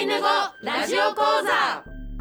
イヌ語ラジオ講座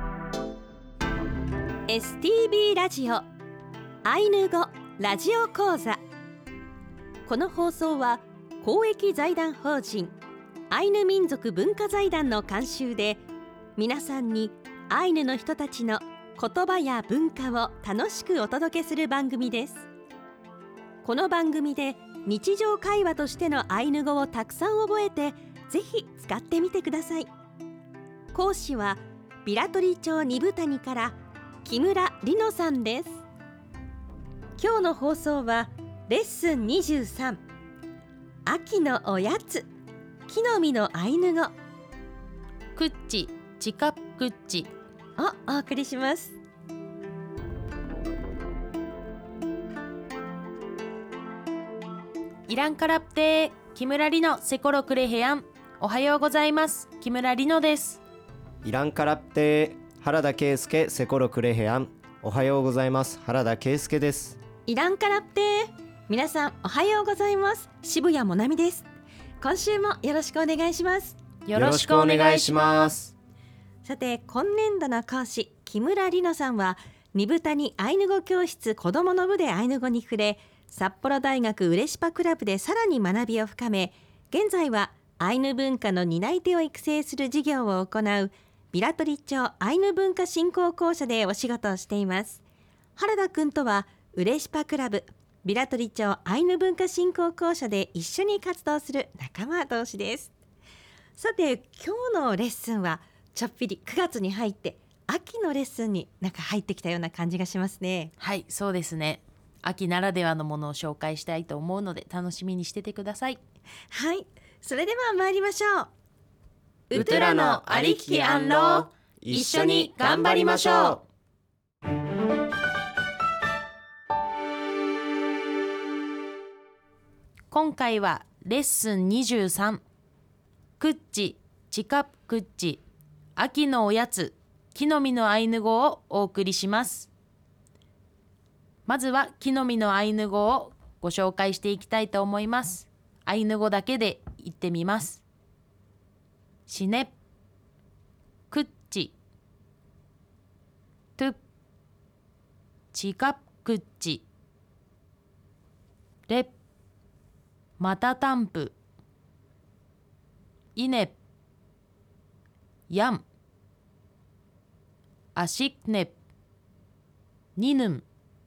STB ラジオアイヌ語ラジオ講座。この放送は公益財団法人アイヌ民族文化財団の監修で、皆さんにアイヌの人たちの言葉や文化を楽しくお届けする番組です。この番組で日常会話としてのアイヌ語をたくさん覚えて、ぜひ使ってみてください。講師はビラトリ町二部谷から木村里乃さんです。今日の放送はレッスン23、秋のおやつ、木の実のアイヌ語クッチチカプクッチをお送りします。 イランカラプテー木村里乃セコロクレヘヤン。おはようございます。木村里乃です。 イランカラプテー原田圭介セコロクレヘアン。おはようございます。原田圭介です。 イランカラプテー皆さんおはようございます。渋谷もなみです。今週もよろしくお願いします。 よろしくお願いします。 さて、今年度の講師木村里乃さんは二部谷アイヌ語教室子どもの部でアイヌ語に触れ、札幌大学ウレシパクラブでさらに学びを深め、現在はアイヌ文化の担い手を育成する事業を行うビラトリ町アイヌ文化振興公社でお仕事をしています。原田くんとはウレシパクラブビラトリ町アイヌ文化振興公社で一緒に活動する仲間同士です。さて、今日のレッスンはちょっぴり9月に入って秋のレッスンに入ってきたような感じがしますね。 はい、そうですね。秋ならではのものを紹介したいと思うので楽しみにしててください。 はい、それでは参りましょう。 ウトゥラのありききアンロー、一緒に頑張りましょう。今回はレッスン23、クッチチカプクッチ、秋のおやつ、木の実のアイヌ語をお送りします。まずは木の実のアイヌ語をご紹介していきたいと思います。アイヌ語だけで言ってみます。シネ、クッチ、トゥ、チカプクッチ、レ、マタタンプ、イネ、ヤン、アシクネ、ニヌン、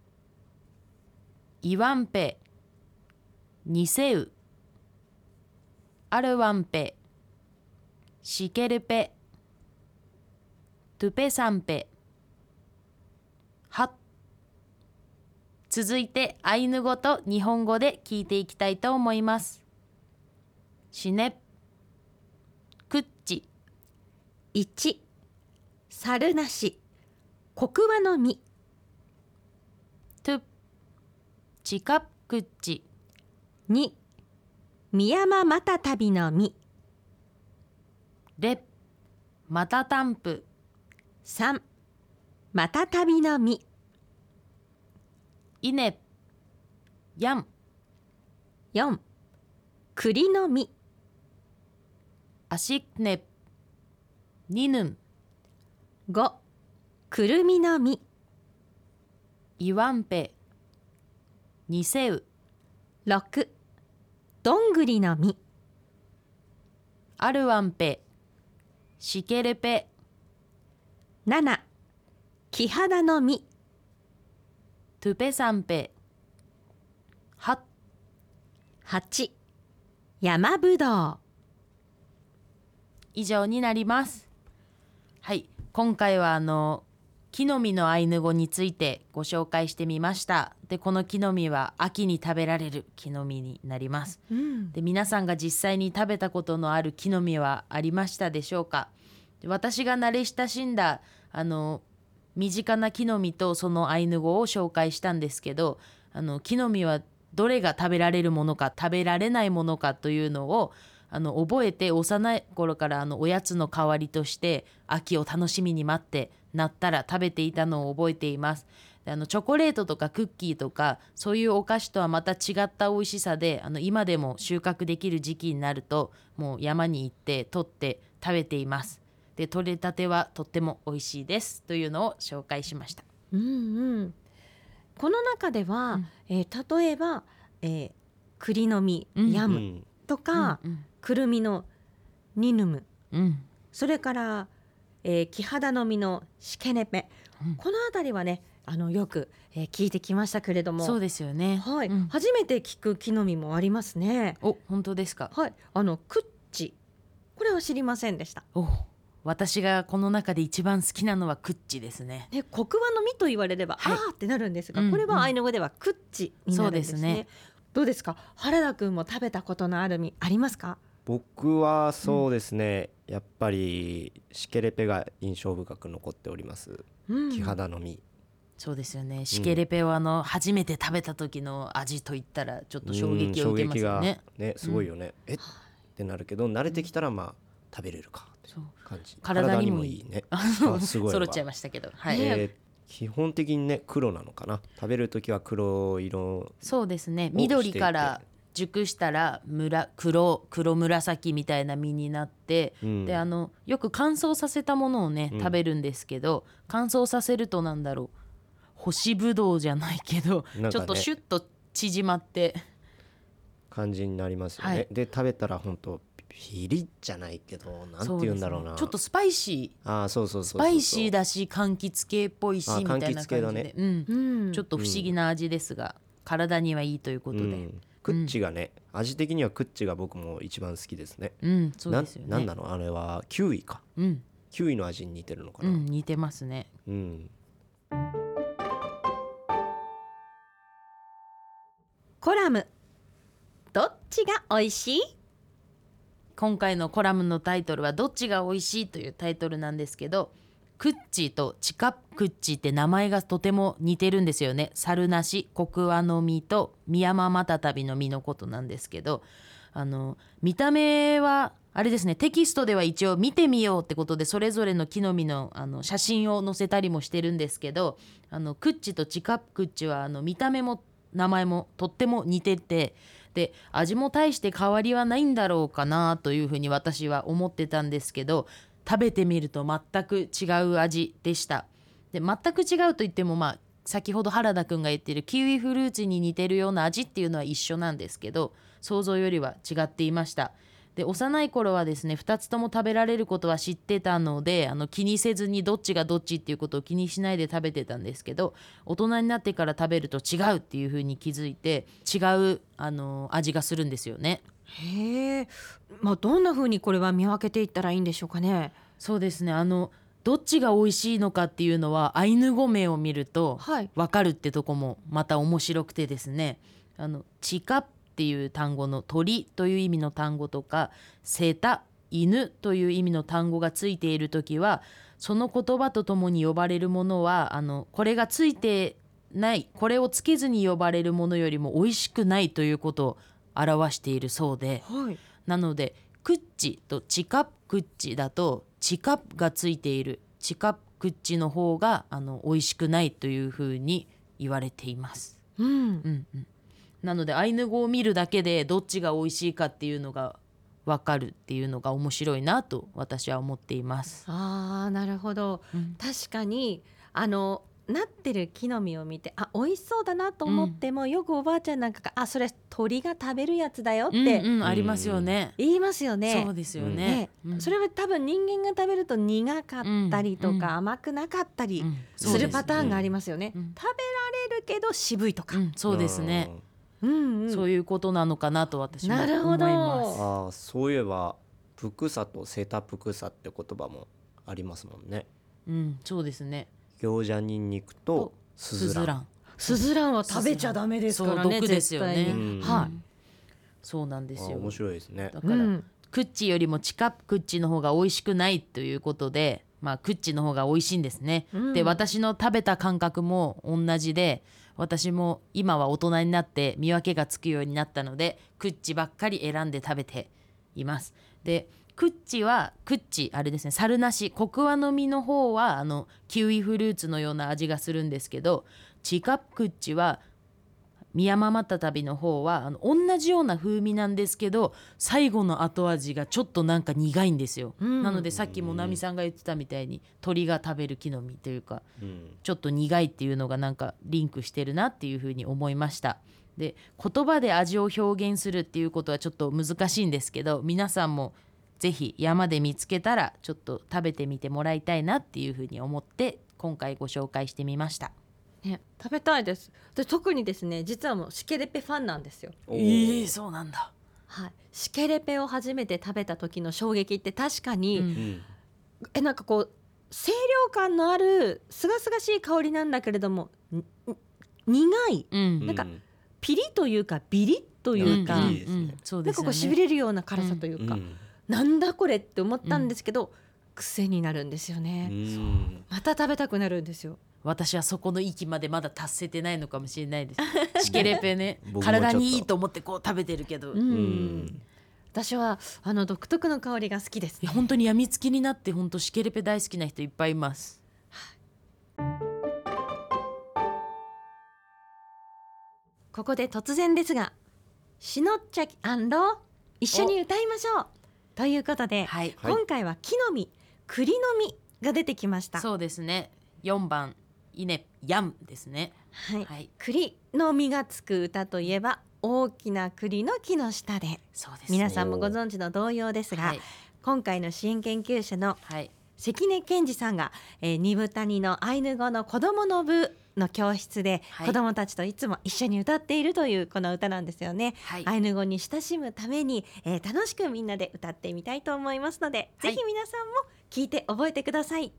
イワンペ、ニセウ、アルワンペ、シケルペ、トゥペサンペ、ハ。続いてアイヌ語と日本語で聞いていきたいと思います。シネ、クッチ。 1、猿なし、黒和の実。 トゥ、チカプクッチ。 2、ミヤママタタビの実。 レ、マタタンプ。 3、マタタビの実。 イネ、ヤン。 4、栗の実。 アシクネ、ニヌン。 5、くるみの実。 イワンペ、ニセウ。 6、どんぐりの実。 アルワンペ、シケルペ。 7、キハダの実。 トゥペサンペ、ハ。 8、山ぶどう。 以上になります。はい、今回は木の実のアイヌ語についてご紹介してみました。で、この木の実は秋に食べられる木の実になります。で、皆さんが実際に食べたことのある木の実はありましたでしょうか。で、私が慣れ親しんだ身近な木の実とそのアイヌ語を紹介したんですけど、木の実はどれが食べられるものか食べられないものかというのを覚えて、幼い頃からおやつの代わりとして秋を楽しみに待ってなったら食べていたのを覚えています。でチョコレートとかクッキーとかそういうお菓子とはまた違った美味しさで今でも収穫できる時期になるともう山に行って取って食べています。 で取れたてはとっても美味しいですというのを紹介しました。 うんうん、この中では、例えば、栗の実、ヤムうんとか、くるみのニヌム、それから、キハダの実のシケネペ、このあたりはねよく、聞いてきましたけれども。 そうですよね。 はい、初めて聞く木の実もありますね。 お、本当ですか。 はい、クッチ、これは知りませんでした。 お、私がこの中で一番好きなのはクッチですね。 で、黒板の実と言われれば、 はいあーってなるんですが、これはアイヌ語ではクッチになるんですね。 そうですね。 どうですか、原田くんも食べたことのある実ありますか？ 僕はそうですね、やっぱりシケレペが印象深く残っております。木肌の実。 そうですよね。シケレペは初めて食べた時の味といったらちょっと衝撃を受けますよね。 衝撃がね、すごいよね。ってなるけど、慣れてきたらまあ食べれるかって感じ。 体にもいいね。 すごい。揃っちゃいましたけど。はい。 基本的にね黒なのかな。食べるときは黒色。 そうですね。緑から熟したら黒紫みたいな実になって、でよく乾燥させたものをね食べるんですけど、乾燥させるとなんだろう、干しぶどうじゃないけど、ね、ちょっとシュッと縮まって感じになりますよね。で食べたら本当ピリッじゃないけど、なんて言うんだろうな、 ちょっとスパイシー、 そうスパイシーだし柑橘系っぽいしみたいな感じで、 ね、 ちょっと不思議な味ですが、体にはいいということで、 クッチがね、味的にはクッチが僕も一番好きですね。 そうですよね。 なんなのあれはキウイか、キウイの味に似てるのかな。 似てますね。 コラム、どっちが美味しい？ 今回のコラムのタイトルはどっちが美味しいというタイトルなんですけど、クッチとチカクッチって名前がとても似てるんですよね。猿なし、コクワの実とミヤママタタビの実のことなんですけど、見た目はあれですね、テキストでは一応見てみようってことでそれぞれの木の実の、写真を載せたりもしてるんですけど、クッチとチカクッチは見た目も名前もとっても似てて、で味も大して変わりはないんだろうかなというふうに私は思ってたんですけど、食べてみると全く違う味でした。で全く違うといっても、先ほど原田くんが言っているキウイフルーツに似てるような味っていうのは一緒なんですけど、想像よりは違っていました。で幼い頃はですね、2つとも食べられることは知ってたので、気にせずにどっちがどっちっていうことを気にしないで食べてたんですけど、大人になってから食べると違うっていう風に気づいて、違う味がするんですよね。 へえ、どんな風にこれは見分けていったらいいんでしょうかね。 そうですね、どっちが美味しいのかっていうのはアイヌ語名を見ると分かるってとこもまた面白くてですね、チカっていう単語の鳥という意味の単語とか、セタ、犬という意味の単語がついているときは、その言葉とともに呼ばれるものはこれがついてない、これをつけずに呼ばれるものよりも美味しくないということを表しているそうで、なのでクッチとチカクッチだと、チカがついているチカクッチの方が美味しくないというふうに言われています。なのでアイヌ語を見るだけでどっちが美味しいかっていうのが分かるっていうのが面白いなと私は思っています。 なるほど、確かになってる木の実を見て美味しそうだなと思っても、よくおばあちゃんなんかがそれ鳥が食べるやつだよって、 ありますよね。 言いますよね。 そうですよね、 それは多分人間が食べると苦かったりとか、甘くなかったりするパターンがありますよね。食べられるけど渋いとか、 そうですね、そういうことなのかなと私も思います。なるほど。 そういえばプクサとセタプクサって言葉もありますもんね。 そうですね。 餃子ニンニクとスズラン。 スズランは食べちゃダメですからね。 毒ですよね。そうなんですよ。 面白いですね。 だから、クッチよりもチカクッチの方が美味しくないということで、クッチの方が美味しいんですね。で私の食べた感覚も同じで、私も今は大人になって見分けがつくようになったので、クッチばっかり選んで食べています。でクッチあれですね、猿なしコクワの実の方はキウイフルーツのような味がするんですけど、チカクッチは宮間また旅の方は同じような風味なんですけど最後の後味がちょっとなんか苦いんですよ、なのでさっきもなみさんが言ってたみたいに鳥が食べる木の実というか、ちょっと苦いっていうのがなんかリンクしてるなっていうふうに思いました。で言葉で味を表現するっていうことはちょっと難しいんですけど、皆さんもぜひ山で見つけたらちょっと食べてみてもらいたいなっていうふうに思って今回ご紹介してみました。 ね、食べたいです。で特にですね、実はもうシケレペファンなんですよ。 そうなんだ。 はい、シケレペを初めて食べた時の衝撃って確かに、なんかこう清涼感のあるすがすがしい香りなんだけれども苦い、なんかピリというかビリッというか、なんかこうしびれるような辛さというか、なんだこれって思ったんですけど、癖になるんですよね。また食べたくなるんですよ。 私はそこの域までまだ達せてないのかもしれないですシケレペね体にいいと思ってこう食べてるけど、 私は独特の香りが好きです、ね。 本当に病みつきになって本当シケレペ大好きな人いっぱいいます。 ここで突然ですが、しのっちゃき一緒に歌いましょうということで、今回は木の実、栗の実が出てきました。 そうですね、4番ヤンですね。 栗の実がつく歌といえば大きな栗の木の下で、 そうです、 皆さんもご存知の童謡ですが、今回の支援研究者の関根健二さんが、二部谷のアイヌ語の子どもの部の教室で、子どもたちといつも一緒に歌っているというこの歌なんですよね。アイヌ語に親しむために、楽しくみんなで歌ってみたいと思いますので、ぜひ皆さんも聞いて覚えてください。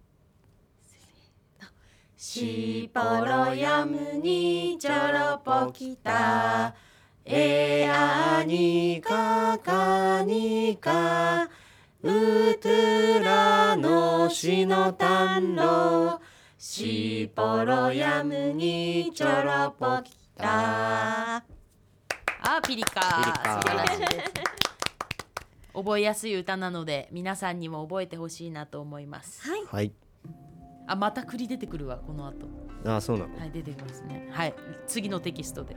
しぽろやむにちょろぽきたえあにかかにかうとらのしのたんろしぽろやむにちょろぽきた。ピリカ素晴らしいです覚えやすい歌なので皆さんにも覚えてほしいなと思います。 はい、 また栗出てくるわこの後。 そうなの。 出てきますね。次のテキストで。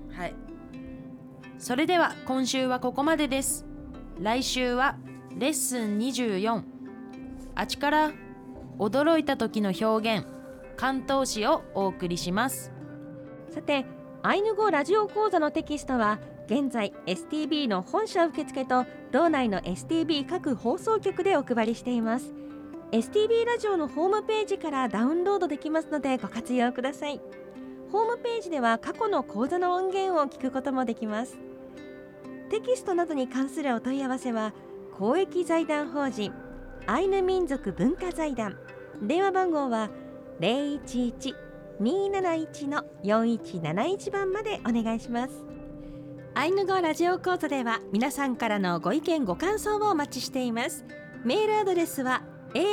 それでは今週はここまでです。来週はレッスン24、あちから驚いた時の表現関東詞をお送りします。 さて、アイヌ語ラジオ講座のテキストは現在 STB の本社受付と道内の STB 各放送局でお配りしています。STB ラジオのホームページからダウンロードできますのでご活用ください。ホームページでは過去の講座の音源を聞くこともできます。テキストなどに関するお問い合わせは公益財団法人アイヌ民族文化財団、電話番号は 011-271-4171 番までお願いします。アイヌ語ラジオ講座では皆さんからのご意見ご感想をお待ちしています。メールアドレスは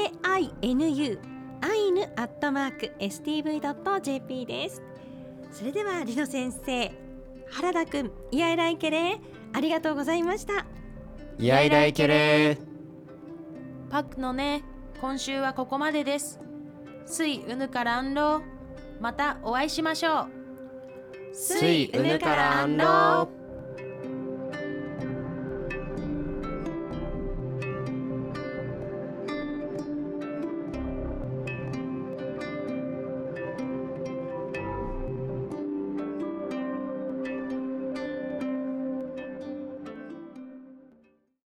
ainu@stv.jp です。それではリノ先生、原田くん、イヤイライケレー、ありがとうございました。 イヤイライケレー。 パクのね、今週はここまでです。スイウヌからアンロー、またお会いしましょう。 スイウヌからアンロー。